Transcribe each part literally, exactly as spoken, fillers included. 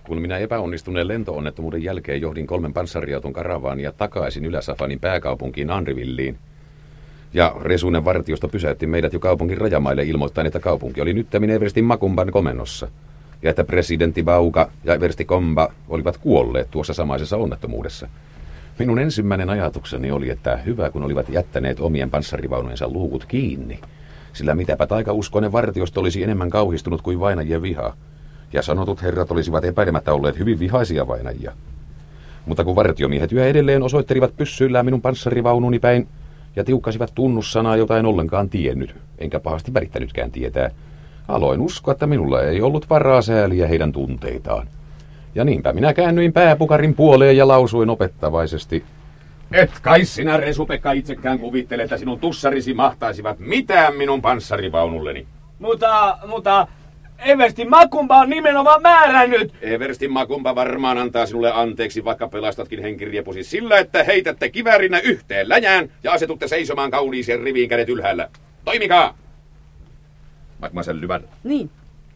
Kun minä epäonnistuneen lentoonnettomuuden jälkeen johdin kolmen panssariauton karavaania takaisin Ylä-Safanin pääkaupunkiin Andrivilliin, ja Resunen vartiosto pysäytti meidät jo kaupungin rajamaille ilmoittaen, että kaupunki oli nyttämin Everstin Macumban komennossa, ja että presidentti Bauka ja Eversti Komba olivat kuolleet tuossa samaisessa onnettomuudessa. Minun ensimmäinen ajatukseni oli, että hyvä kun olivat jättäneet omien panssarivaunujensa luukut kiinni, sillä mitäpä taikauskoinen vartiosto olisi enemmän kauhistunut kuin vainajien viha, ja sanotut herrat olisivat epäilemättä olleet hyvin vihaisia vainajia. Mutta kun vartiomiehet yhä edelleen osoittelivat pyssyillään minun panssarivaununi päin, ja tiukkasivat tunnussanaa, jota en ollenkaan tiennyt, enkä pahasti välittänytkään tietää, aloin uskoa, että minulla ei ollut varaa sääliä heidän tunteitaan. Ja niinpä minä käännyin pääpukarin puoleen ja lausuin opettavaisesti: et kai sinä, Resu-Pekka, itsekään kuvittele, että sinun tussarisi mahtaisivat mitään minun panssarivaunulleni. Mutta, mutta, Everstin Macumba on nimenomaan määrännyt. Everstin Macumba varmaan antaa sinulle anteeksi, vaikka pelastatkin henkiriepusi sillä, että heitätte kiväärinä yhteen läjään ja asetutte seisomaan kauniiseen riviin kädet ylhäällä. Toimikaa! Mademoiselle Duval. Niin.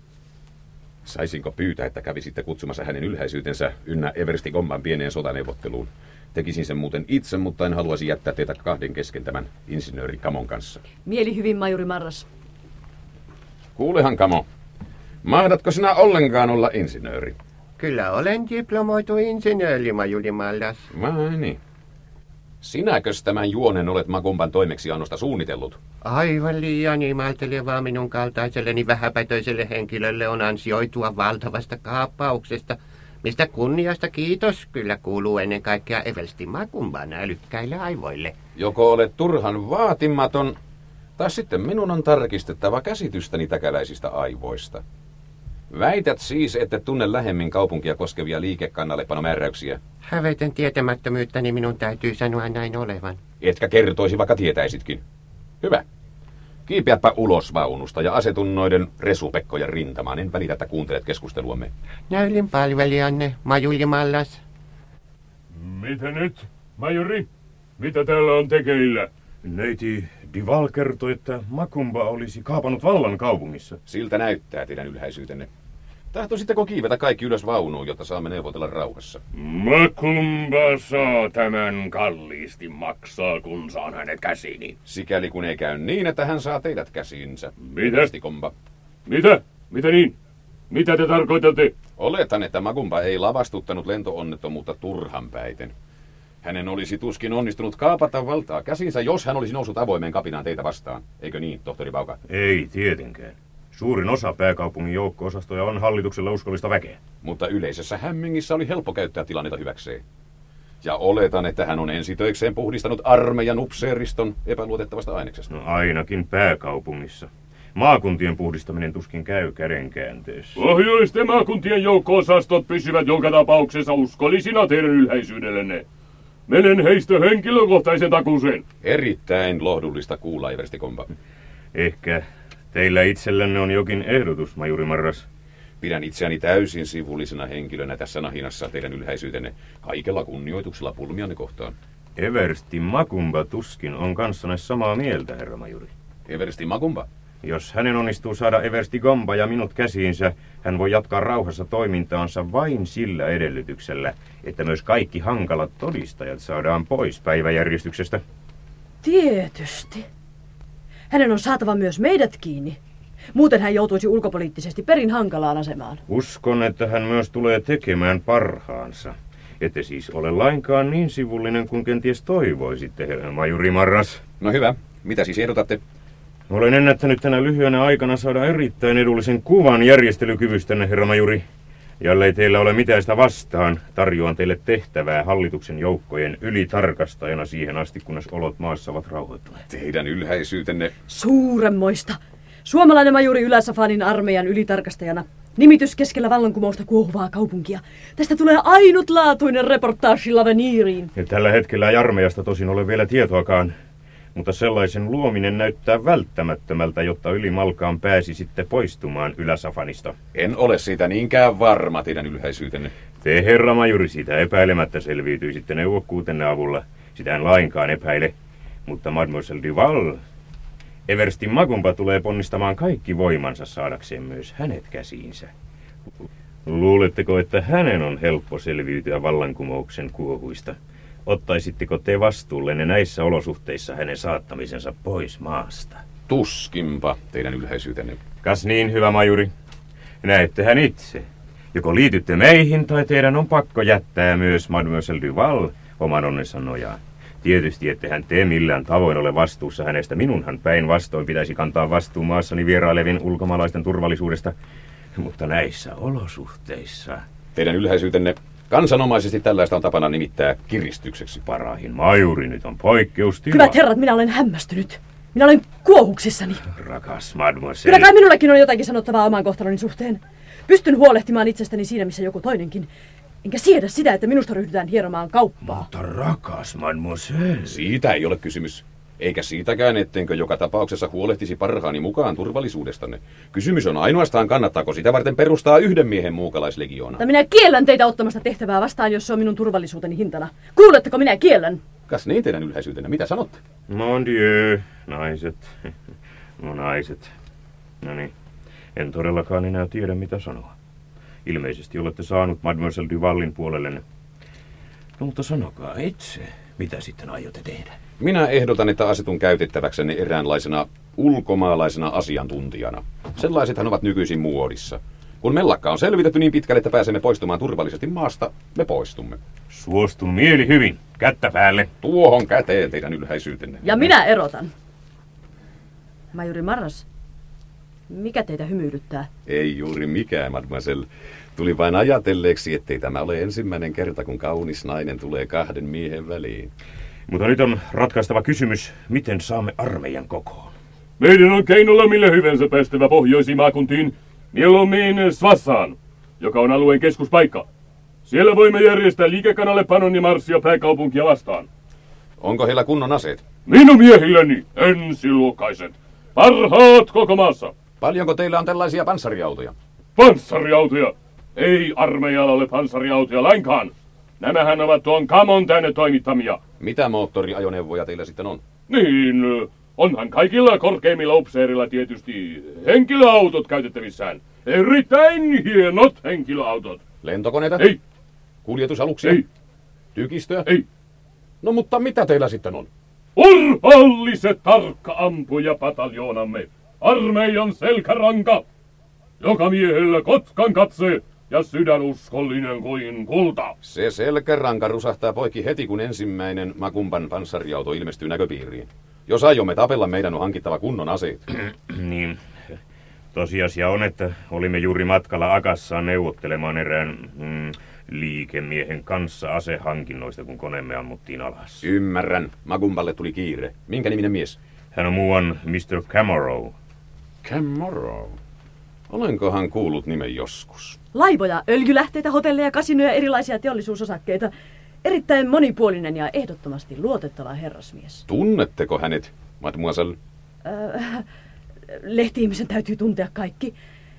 Saisinko pyytää, että kävisitte kutsumassa hänen ylhäisyytensä ynnä Eversti Komban pieneen sotaneuvotteluun? Tekisin sen muuten itse, mutta en haluaisi jättää teitä kahden kesken tämän insinööri Kamon kanssa. Mieli hyvin, majuri Marras. Kuulehan, Kamo. Mahdatko sinä ollenkaan olla insinööri? Kyllä olen diplomoitu insinööri, majuri Marras. Vai niin. Sinäkös tämän juonen olet Macumban toimeksiannosta suunnitellut? Aivan liian imaltelevaa minun kaltaiselleni vähäpätöiselle henkilölle on ansioitua valtavasta kaappauksesta, mistä kunniasta kiitos kyllä kuuluu ennen kaikkea Everstin Macumban älykkäille aivoille. Joko olet turhan vaatimaton, tai sitten minun on tarkistettava käsitystäni täkäläisistä aivoista. Väität siis, että tunne lähemmin kaupunkia koskevia liikekannallepanomääräyksiä? Häveten tietämättömyyttäni minun täytyy sanoa näin olevan. Etkä kertoisi, vaikka tietäisitkin. Hyvä. Kiipeäpä ulos vaunusta ja asetun noiden Resu-Pekkojen rintamaan. En välitä, että kuuntelet keskusteluamme. Näylin palvelijanne, majuri Mallas. Mitä nyt, majuri? Mitä täällä on tekeillä? Neiti Duval kertoi, että Macumba olisi kaapannut vallan kaupungissa. Siltä näyttää, teidän ylhäisyytenne. Tahtoisitteko kiivetä kaikki ylös vaunuun, jotta saamme neuvotella rauhassa? Macumba saa tämän kalliisti maksaa, kun saan hänet käsiini. Sikäli kun ei käy niin, että hän saa teidät käsiinsä. Mitä? Komba. Mitä? Mitä niin? Mitä te tarkoitatte? Oletan, että Macumba ei lavastuttanut lentoonnettomuutta turhan päiten. Hänen olisi tuskin onnistunut kaapata valtaa käsinsä, jos hän olisi noussut avoimeen kapinaan teitä vastaan. Eikö niin, tohtori Bauka? Ei tietenkään. Suurin osa pääkaupungin joukko-osastoja on hallituksella uskollista väkeä. Mutta yleisessä hämmingissä oli helppo käyttää tilannetta hyväkseen. Ja oletan, että hän on ensitöikseen puhdistanut armeijan upseeriston epäluotettavasta aineksesta. No ainakin pääkaupungissa. Maakuntien puhdistaminen tuskin käy kädenkäänteessä. Pohjoisten maakuntien joukko-osastot pysyvät joka tapauksessa uskollisina teidän ylhäisyydellenne. Menen heistä henkilökohtaisen takuuseen. Erittäin lohdullista kuulla, Eversti Komba. Ehkä teillä itsellänne on jokin ehdotus, majuri Marras. Pidän itseäni täysin sivullisena henkilönä tässä nahinassa teidän ylhäisyytenne, kaikella kunnioituksella pulmianne kohtaan. Eversti Macumba tuskin on kanssanne samaa mieltä, herra majuri. Eversti Macumba? Jos hänen onnistuu saada Eversti Komba ja minut käsiinsä, hän voi jatkaa rauhassa toimintaansa vain sillä edellytyksellä, että myös kaikki hankalat todistajat saadaan pois päiväjärjestyksestä. Tietysti. Hänen on saatava myös meidät kiinni. Muuten hän joutuisi ulkopoliittisesti perin hankalaan asemaan. Uskon, että hän myös tulee tekemään parhaansa. Ette siis ole lainkaan niin sivullinen kuin kenties toivoisitte, herra majuri Marras. No hyvä. Mitä siis ehdotatte? Olen ennättänyt tänä lyhyenä aikana saada erittäin edullisen kuvan järjestelykyvystänne, herra majuri. Jollei teillä ole mitään sitä vastaan, tarjoan teille tehtävää hallituksen joukkojen ylitarkastajana siihen asti, kunnes olot maassa ovat rauhoittuneet. Teidän ylhäisyytenne... Suuremmoista. Suomalainen majuri Ylä-Safanin armeijan ylitarkastajana. Nimitys keskellä vallankumousta kuohuvaa kaupunkia. Tästä tulee ainutlaatuinen reportaasi Laveniiriin. Ja tällä hetkellä ei armeijasta tosin ole vielä tietoakaan. Mutta sellaisen luominen näyttää välttämättömältä, jotta ylimalkaan pääsi sitten poistumaan Ylä-Safanista. En ole siitä niinkään varma, teidän ylhäisyytenne. Te, herra majuri, siitä epäilemättä selviytyisitte neuvokkuutenne avulla. Sitä en lainkaan epäile. Mutta Mademoiselle Duval, Everstin Macumba tulee ponnistamaan kaikki voimansa saadakseen myös hänet käsiinsä. Luuletteko, että hänen on helppo selviytyä vallankumouksen kuohuista? Ottaisitteko te vastuullenne näissä olosuhteissa hänen saattamisensa pois maasta? Tuskinpa, teidän ylhäisyytenne. Kas niin, hyvä majuri. Näettehän itse. Joko liitytte meihin, tai teidän on pakko jättää myös Mademoiselle Duval oman onnensa nojaan. Tietysti ettehän te millään tavoin ole vastuussa hänestä. Minunhan päinvastoin pitäisi kantaa vastuu maassani vierailevien ulkomaalaisten turvallisuudesta. Mutta näissä olosuhteissa... Teidän ylhäisyytenne kansanomaisesti tällaista on tapana nimittää kiristykseksi. Parahin majuri, nyt on poikkeustila. Hyvät herrat, minä olen hämmästynyt. Minä olen kuohuksissani. Rakas mademoiselle. Kyllä kai minullakin on jotakin sanottavaa oman kohtaloni suhteen. Pystyn huolehtimaan itsestäni siinä, missä joku toinenkin. Enkä siedä sitä, että minusta ryhdytään hieromaan kauppaa. Mutta rakas mademoiselle. Siitä ei ole kysymys. Eikä siitäkään, ettenkö joka tapauksessa huolehtisi parhaani mukaan turvallisuudestanne. Kysymys on ainoastaan, kannattaako sitä varten perustaa yhden miehen muukalaislegioona. Tai minä kiellän teitä ottamasta tehtävää vastaan, jos se on minun turvallisuuteni hintana. Kuuletteko, minä kiellän? Kas niin, teidän ylhäisyytenne, mitä sanotte? Mon dieu, naiset. No naiset. No niin, en todellakaan enää tiedä mitä sanoa. Ilmeisesti olette saanut Mademoiselle Duvalin puolellenne. No mutta sanokaa itse, mitä sitten aiotte tehdä? Minä ehdotan, että asetun käytettäväksenne eräänlaisena ulkomaalaisena asiantuntijana. Sellaisethan ovat nykyisin muodissa. Kun mellakka on selvitetty niin pitkälle, että pääsemme poistumaan turvallisesti maasta, me poistumme. Suostun mieli hyvin. Kättä päälle. Tuohon käteen, teidän ylhäisyytenne. Ja minä erotan. Majuri Marras, mikä teitä hymyilyttää? Ei juuri mikään, mademoiselle. Tuli vain ajatelleeksi, ettei tämä ole ensimmäinen kerta, kun kaunis nainen tulee kahden miehen väliin. Mutta nyt on ratkaistava kysymys, miten saamme armeijan kokoon. Meidän on keinolla millä hyvänsä päästävä pohjoisiin maakuntiin, mieluummin Svassaan, joka on alueen keskuspaikka. Siellä voimme järjestää liikekanalle panon ja marssia pääkaupunkia vastaan. Onko heillä kunnon aseet? Minun miehilläni ensiluokkaiset. Parhaat koko maassa. Paljonko teillä on tällaisia panssariautoja? Panssariautoja? Ei armeijalla ole panssariautoja lainkaan. Nämähän ovat tuon Kamon tänne toimittamia. Mitä moottoriajoneuvoja teillä sitten on? Niin, onhan kaikilla korkeimmilla upseerilla tietysti henkilöautot käytettävissään. Erittäin hienot henkilöautot. Lentokoneita? Ei. Kuljetusaluksia? Ei. Tykistöä? Ei. No mutta mitä teillä sitten on? Urhalliset tarkka-ampuja-pataljoonamme. Armeijan selkäranka. Joka miehellä kotkan katse ja sydän uskollinen kuin kulta. Se selkäranka rusahtaa poikki heti, kun ensimmäinen Macumban panssariauto ilmestyy näköpiiriin. Jos aiomme tapella, meidän on hankittava kunnon aseet. Niin. Tosiasia on, että olimme juuri matkalla Akassaan neuvottelemaan erään mm, liikemiehen kanssa asehankinnoista, kun koneemme ammuttiin alas. Ymmärrän. Macumballe tuli kiire. Minkä niminen mies? Hän on muuan mister Camorrow. Camorrow. Olenkohan kuullut nimen joskus? Laivoja, öljylähteitä, hotelleja, kasinoja, erilaisia teollisuusosakkeita. Erittäin monipuolinen ja ehdottomasti luotettava herrasmies. Tunnetteko hänet, mademoiselle? Öö, lehti-ihmisen täytyy tuntea kaikki.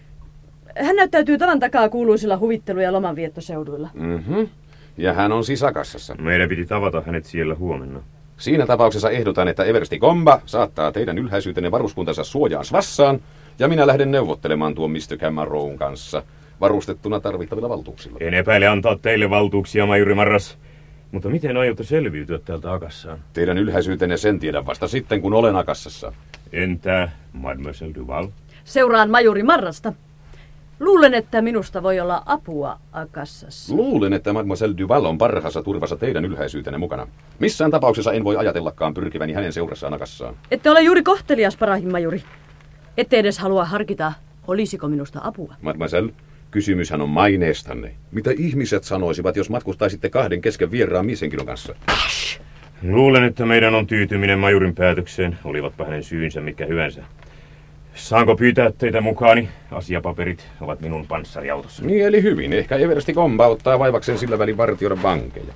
Hän näyttäytyy tavan takaa kuuluisilla huvittelu- ja lomanviettoseuduilla. Mhm. Ja hän on siis Akassassa. Meidän piti tavata hänet siellä huomenna. Siinä tapauksessa ehdotan, että Eversti Gomba saattaa teidän ylhäisyytenne varuskuntansa suojaan Svassaan, ja minä lähden neuvottelemaan tuon mister Camorrown kanssa varustettuna tarvittavilla valtuuksilla. En epäile antaa teille valtuuksia, majuri Marras. Mutta miten aiotte selviytyä täältä Akassaan? Teidän ylhäisyytenne sen tiedän vasta sitten, kun olen Akassassa. Entä Mademoiselle Duval? Seuraan majuri Marrasta. Luulen, että minusta voi olla apua Akassassa. Luulen, että Mademoiselle Duval on parhaassa turvassa teidän ylhäisyytenne mukana. Missään tapauksessa en voi ajatellakaan pyrkiväni hänen seurassaan Akassaan. Ette ole juuri kohtelias, parahin majuri. Ette edes halua harkita, olisiko minusta apua. Mademoiselle, kysymyshän on maineestanne. Mitä ihmiset sanoisivat, jos matkustaisitte kahden kesken vieraan mieshenkilön kanssa? Luulen, että meidän on tyytyminen majurin päätökseen, olivatpa hänen syynsä mitkä hyvänsä. Saanko pyytää teitä mukaani? Asiapaperit ovat minun panssariautossa. Niin, eli hyvin. Ehkä Eversti Gomba ottaa vaivakseen sillä välin vartioida vankeja.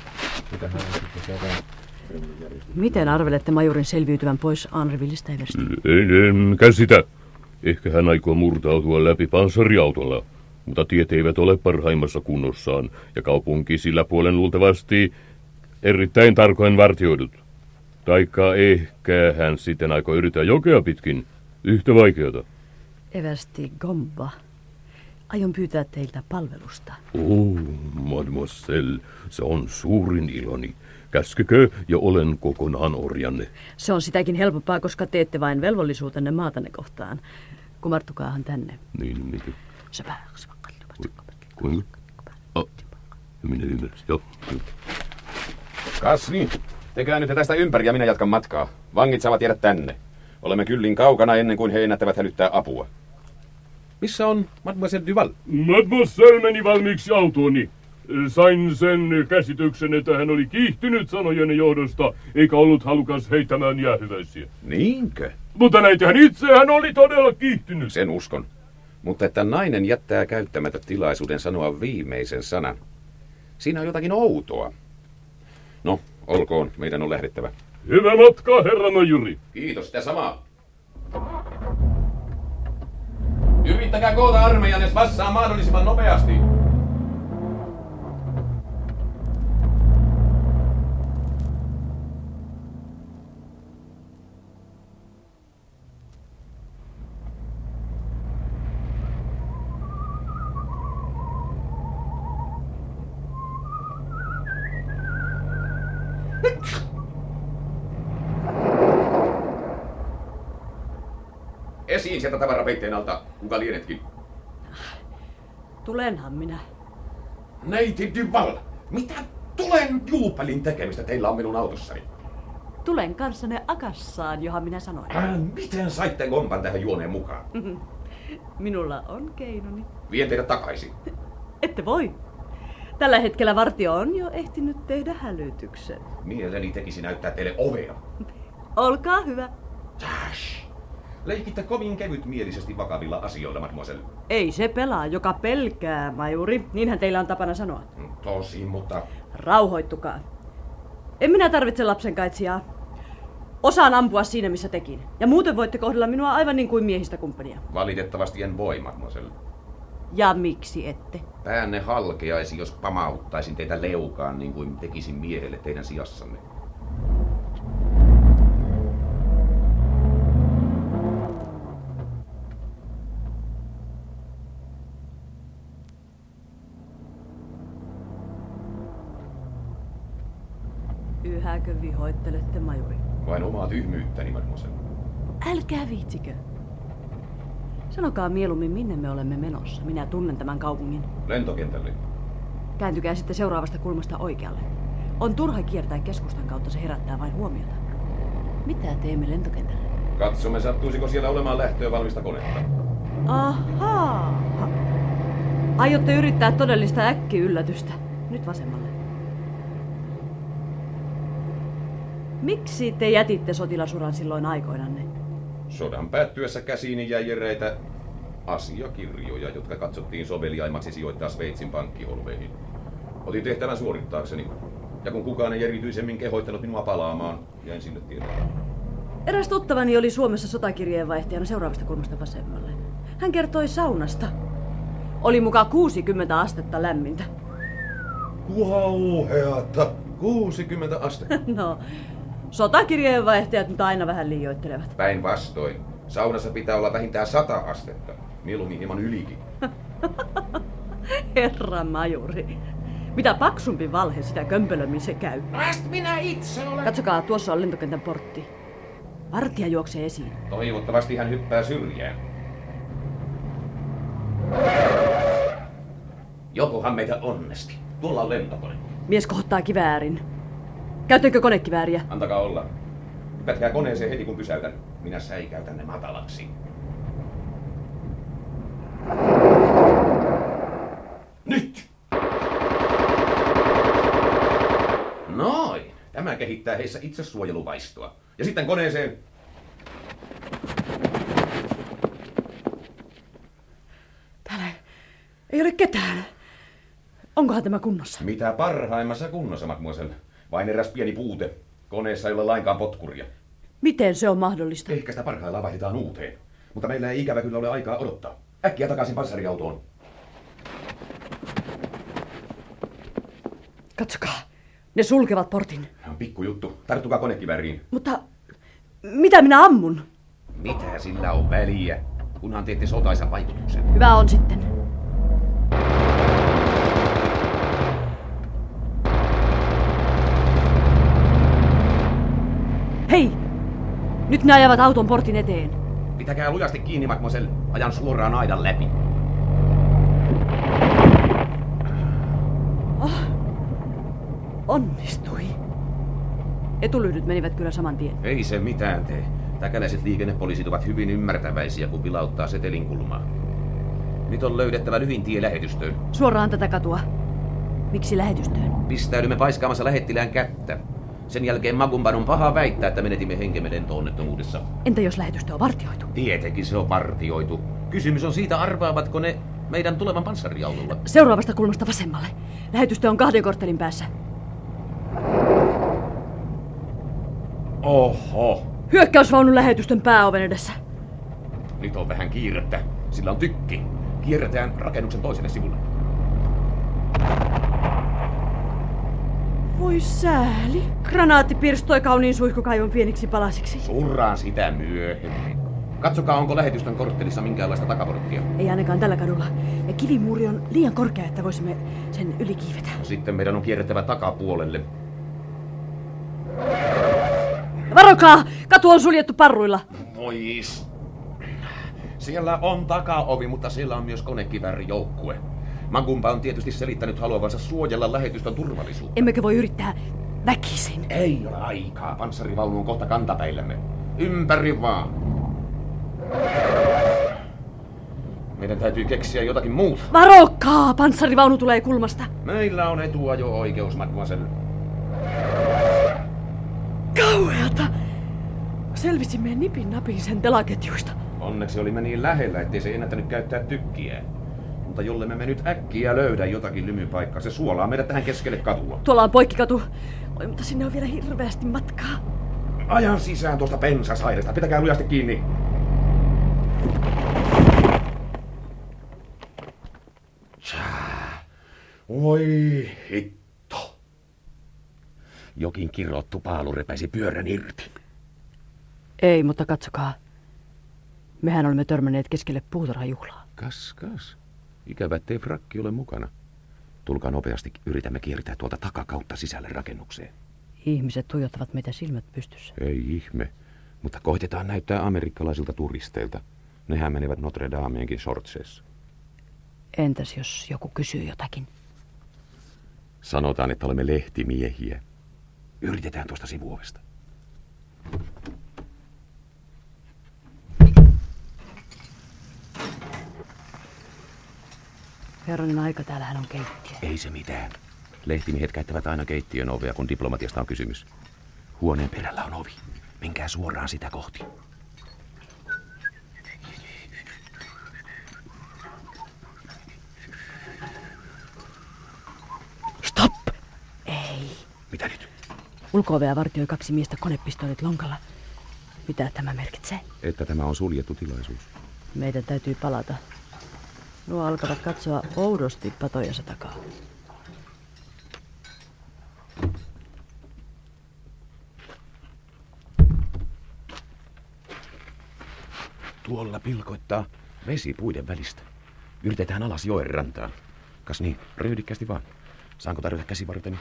Miten arvelette majurin selviytyvän pois Anrevillistä, Eversti? En, en käsitä. Ehkä hän aikoo murtautua läpi panssariautolla, mutta tiet eivät ole parhaimmassa kunnossaan ja kaupunki sillä puolen luultavasti erittäin tarkoin vartioidut. Taikka ehkä hän sitten aikoo yrittää jokea pitkin. Yhtä vaikeata. Eversti Gomba. Aion pyytää teiltä palvelusta. Oh, mademoiselle, se on suurin iloni. Käskekö ja olen kokonaan orjanne. Se on sitäkin helpompaa, koska teette vain velvollisuutenne maatanne kohtaan. Kumartukaahan tänne. Niin, mikä? Sepä, Kuinka? Oh, minä ymmärsin, joo. Kas niin, te käännytte tästä ympäri ja minä jatkan matkaa. Vangit saavat jäädä tänne. Olemme kyllin kaukana ennen kuin he ennättävät hälyttää apua. Missä on Mademoiselle Duval? Mademoiselle meni valmiiksi autooni. Sain sen käsityksen, että hän oli kiihtynyt sanojen johdosta, eikä ollut halukas heittämään jäähyväisiä. Niinkö? Mutta näitähän itse hän oli todella kiihtynyt. Sen uskon. Mutta että nainen jättää käyttämättä tilaisuuden sanoa viimeisen sanan. Siinä on jotakin outoa. No, olkoon, meidän on lähdettävä. Hyvä matka, herra majuri. Kiitos, sitä samaa. Yrittäkää koota armeijan, jos vassaa mahdollisimman nopeasti. Esiin sieltä tavarapeitteen alta, kuka lienetkin. Tulenhan minä. Neiti Duval, mitä tulen juupelin tekemistä teillä on minun autossani? Tulen kanssanne akassaan, johon minä sanoin. Äh, miten saitte gompan tähän juoneen mukaan? Minulla on keinoni. Vien teidät takaisin. Ette voi. Tällä hetkellä vartio on jo ehtinyt tehdä hälytyksen. Mieleni tekisi näyttää teille ovea. Olkaa hyvä. Tash! Leikitte kovin kevytmielisesti vakavilla asioilla, mademoiselle. Ei se pelaa, joka pelkää, majuri. Niinhän teillä on tapana sanoa. Tosi, mutta... Rauhoittukaa. En minä tarvitse lapsen kaitsijaa. Osaan ampua siinä, missä tekin. Ja muuten voitte kohdella minua aivan niin kuin miehistä kumppania. Valitettavasti en voi, mademoiselle. Ja miksi ette? Päänne halkeaisi, jos pamauttaisin teitä leukaan niin kuin tekisin miehelle teidän sijassanne. Yhäkö vihoittelette, majuri? Vain omaa tyhmyyttäni, mademoiselle. Älkää viitsikö. Sanokaa mieluummin, minne me olemme menossa. Minä tunnen tämän kaupungin. Lentokentälle. Kääntykää sitten seuraavasta kulmasta oikealle. On turha kiertää keskustan kautta, se herättää vain huomiota. Mitä teemme lentokentällä? Katsomme, sattuisiko siellä olemaan lähtöä valmista konetta. Ahaa. Aiotte yrittää todellista äkkiyllätystä. Nyt vasemmalle. Miksi te jätitte sotilasuran silloin aikoinanne? Sodan päättyessä käsiini jäi eräitä asiakirjoja, jotka katsottiin soveliaimmaksi sijoittaa Sveitsin pankkiholveihin. Otin tehtävän suorittaakseni, ja kun kukaan ei erityisemmin kehoittanut minua palaamaan, jäin sinne tielle. Eräs tuttavani oli Suomessa sotakirjeenvaihtajana seuraavasta kulmasta vasemmalle. Hän kertoi saunasta. Oli muka kuusikymmentä astetta lämmintä. Kauheata! kuusikymmentä astetta. No, sotakirjeenvaihtajat nyt aina vähän liioittelevat. Päinvastoin. Saunassa pitää olla vähintään sata astetta. Mieluummin hieman ylikin. Herra majuri. Mitä paksumpi valhe, sitä kömpelömmin se käy. Vast minä itse olen. Katsokaa, tuossa on lentokentän portti. Vartija juoksee esiin. Toivottavasti hän hyppää syrjään. Jokohan meitä onnesti. Tuolla on lentokone. Mies kohtaa kiväärin. Käytätkö konekivääriä? Antakaa olla. Hypätkää koneeseen heti kun pysäytän. Minä säikäytän ne matalaksi. Nyt! Noin. Tämä kehittää heissä itsesuojeluvaistoa. Ja sitten koneeseen. Täällä ei ole ketään. Onkohan tämä kunnossa? Mitä parhaimmassa kunnossa, mademoiselle. Vain eräs pieni puute. Koneessa ei ole lainkaan potkuria. Miten se on mahdollista? Ehkä sitä parhaillaan vaihdetaan uuteen. Mutta meillä ei ikävä kyllä ole aikaa odottaa. Äkkiä takaisin panssariautoon. Katsokaa. Ne sulkevat portin. Pikkujuttu. Tarttukaa konekivääriin. Mutta mitä minä ammun? Mitä sillä on väliä? Kunhan teette sotaisan vaikutuksen. Hyvä on sitten. Nyt ne ajavat auton portin eteen. Pitäkää lujasti kiinni, mademoiselle. Ajan suoraan aidan läpi. Oh. Onnistui. Etulyhdyt menivät kyllä saman tien. Ei se mitään tee. Täkäläiset liikennepoliisit ovat hyvin ymmärtäväisiä, kun vilauttaa setelin kulmaa. Nyt on löydettävä lyhin tie lähetystöön. Suoraan tätä katua. Miksi lähetystöön? Pistäydymme paiskaamassa lähettilään kättä. Sen jälkeen Magumban on paha väittää, että menetimme henkemme lento-onnettomuudessa. Entä jos lähetystö on vartioitu? Tietenkin se on vartioitu. Kysymys on siitä, arvaavatko ne meidän tulevan panssariautolla. Seuraavasta kulmasta vasemmalle. Lähetystö on kahden korttelin päässä. Oho. Hyökkäysvaunun lähetystön pääoven edessä. Nyt on vähän kiirettä. Sillä on tykki. Kierretään rakennuksen toiselle sivulle. Voi sääli. Granaatti pirstoi kauniin suihkukaivon pieniksi palasiksi. Surraan sitä myöhemmin. Katsokaa, onko lähetystön korttelissa minkäänlaista takaporttia. Ei ainakaan tällä kadulla. Ja kivimuuri on liian korkea, että voisimme sen yli kiivetä. Sitten meidän on kierrettävä takapuolelle. Varokaa! Katu on suljettu parruilla. Vois. Siellä on takaovi, mutta siellä on myös konekiväärijoukkue. Magumba on tietysti selittänyt haluavansa suojella lähetystön turvallisuutta. Emmekö voi yrittää väkisin? Ei ole aikaa. Panssarivaunu on kohta kantapäillämme. Ympäri vaan. Meidän täytyy keksiä jotakin muuta. Varokaa! Panssarivaunu tulee kulmasta. Meillä on etuajo-oikeus, mademoiselle. Kauheata! Selvisimme nipin napin sen telaketjuista. Onneksi olimme niin lähellä, ettei se ennättänyt käyttää tykkiä. Mutta jollemme me nyt äkkiä löydä jotakin lymypaikkaa, se suolaa meidät tähän keskelle katua. Tuolla on poikkikatu. Oi, mutta sinne on vielä hirveästi matkaa. Ajan sisään tuosta pensasairesta. Pitäkää lujasti kiinni. Tjää. Oi hitto. Jokin kirottu paalu repäisi pyörän irti. Ei, mutta katsokaa. Mehän olemme törmänneet keskelle puutarhajuhlaa. Kas, kas. Ikävä, ettei frakki ole mukana. Tulkaa nopeasti, yritämme kiertää tuolta takakautta sisälle rakennukseen. Ihmiset tuijottavat meitä silmät pystyssä. Ei ihme, mutta koitetaan näyttää amerikkalaisilta turisteilta. Nehän menevät Notre Dameenkin shortseissa. Entäs jos joku kysyy jotakin? Sanotaan, että olemme lehtimiehiä. Yritetään tuosta sivuovesta. Herranen aika, täällähän on keittiö. Ei se mitään. Lehtimiehet käyttävät aina keittiön ovea, kun diplomatiasta on kysymys. Huoneen perällä on ovi. Menkää suoraan sitä kohti. Stop! Ei. Mitä nyt? Ulko-ovea vartioi kaksi miestä konepistoolit lonkalla. Mitä tämä merkitsee? Että tämä on suljettu tilaisuus. Meidän täytyy palata. Nuo alkavat katsoa oudosti patojansa takaa. Tuolla pilkoittaa vesi puiden välistä. Yritetään alas joen rantaan. Kas niin, röydikkäästi vaan. Saanko tarjota käsivarteni?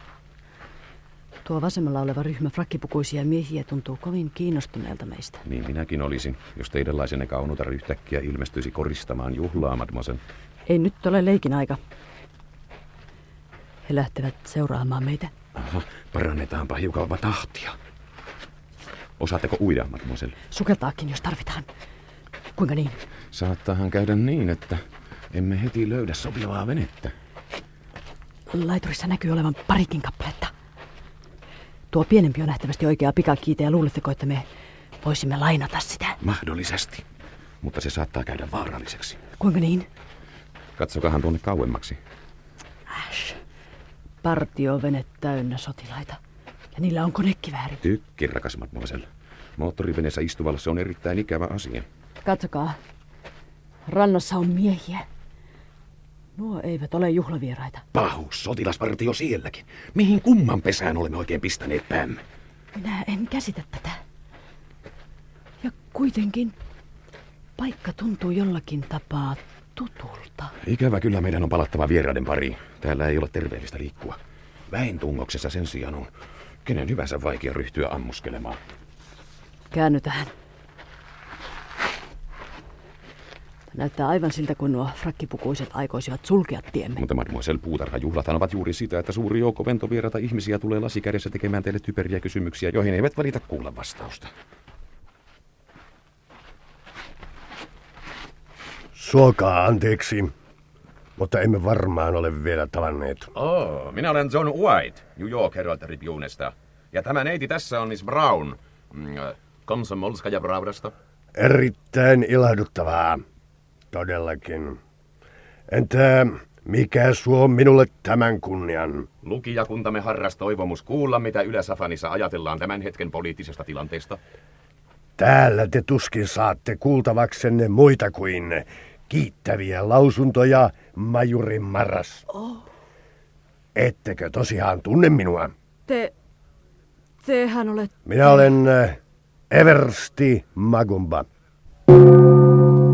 Tuo vasemmalla oleva ryhmä frakkipukuisia miehiä tuntuu kovin kiinnostuneelta meistä. Niin minäkin olisin, jos teidänlaisenne kaunutar yhtäkkiä ilmestyisi koristamaan juhlaa, mademoiselle. Ei nyt ole leikin aika. He lähtevät seuraamaan meitä. Aha, parannetaanpa hiukan tahtia. Osaatteko uida, mademoiselle? Sukeltaakin, jos tarvitaan. Kuinka niin? Saattaahan käydä niin, että emme heti löydä sopivaa venettä. Laiturissa näkyy olevan parikin kappaletta. Tuo pienempi on nähtävästi oikea pikakiite ja luuletteko, että me voisimme lainata sitä? Mahdollisesti, mutta se saattaa käydä vaaralliseksi. Kuinka niin? Katsokahan tuonne kauemmaksi. Äsh. Partiovene täynnä sotilaita. Ja niillä on konekivääri. Tykki, rakas mademoiselle. Moottoriveneessä istuvalla se on erittäin ikävä asia. Katsokaa. Rannassa on miehiä. Nuo eivät ole juhlavieraita. Pahuus, sotilaspartio sielläkin. Mihin kumman pesään olemme oikein pistäneet päämme? Minä en käsitä tätä. Ja kuitenkin paikka tuntuu jollakin tapaa tutulta. Ikävä kyllä meidän on palattava vieraiden pariin. Täällä ei ole terveellistä liikkua. Väen tungoksessa sen sijaan on kenen hyvänsä vaikea ryhtyä ammuskelemaan. Käännytään. Näyttää aivan siltä, kun nuo frakkipukuiset aikoisivat sulkea tiemme. Mutta mademoiselle puutarhajuhlathan ovat juuri sitä, että suuri joukko ventovieraita ihmisiä tulee lasikädessä tekemään teille typeriä kysymyksiä, joihin eivät valita kuulla vastausta. Suokaa anteeksi, mutta emme varmaan ole vielä tavanneet. Oh, minä olen John White, New York Herald Tribuneista. Ja tämä neiti tässä on Miss Brown, Komsomolskaja Pravdasta. Erittäin ilahduttavaa, todellakin. Entä mikä suo minulle tämän kunnian? Lukijakuntamme harras toivomus kuulla, mitä Ylä-Safanissa ajatellaan tämän hetken poliittisesta tilanteesta. Täällä te tuskin saatte kuultavaksenne muita kuin kiittäviä lausuntoja, majuri Marras. Oh. Ettekö tosiaan tunne minua? Te... Tehän olet... Minä olen Eversti Magumba.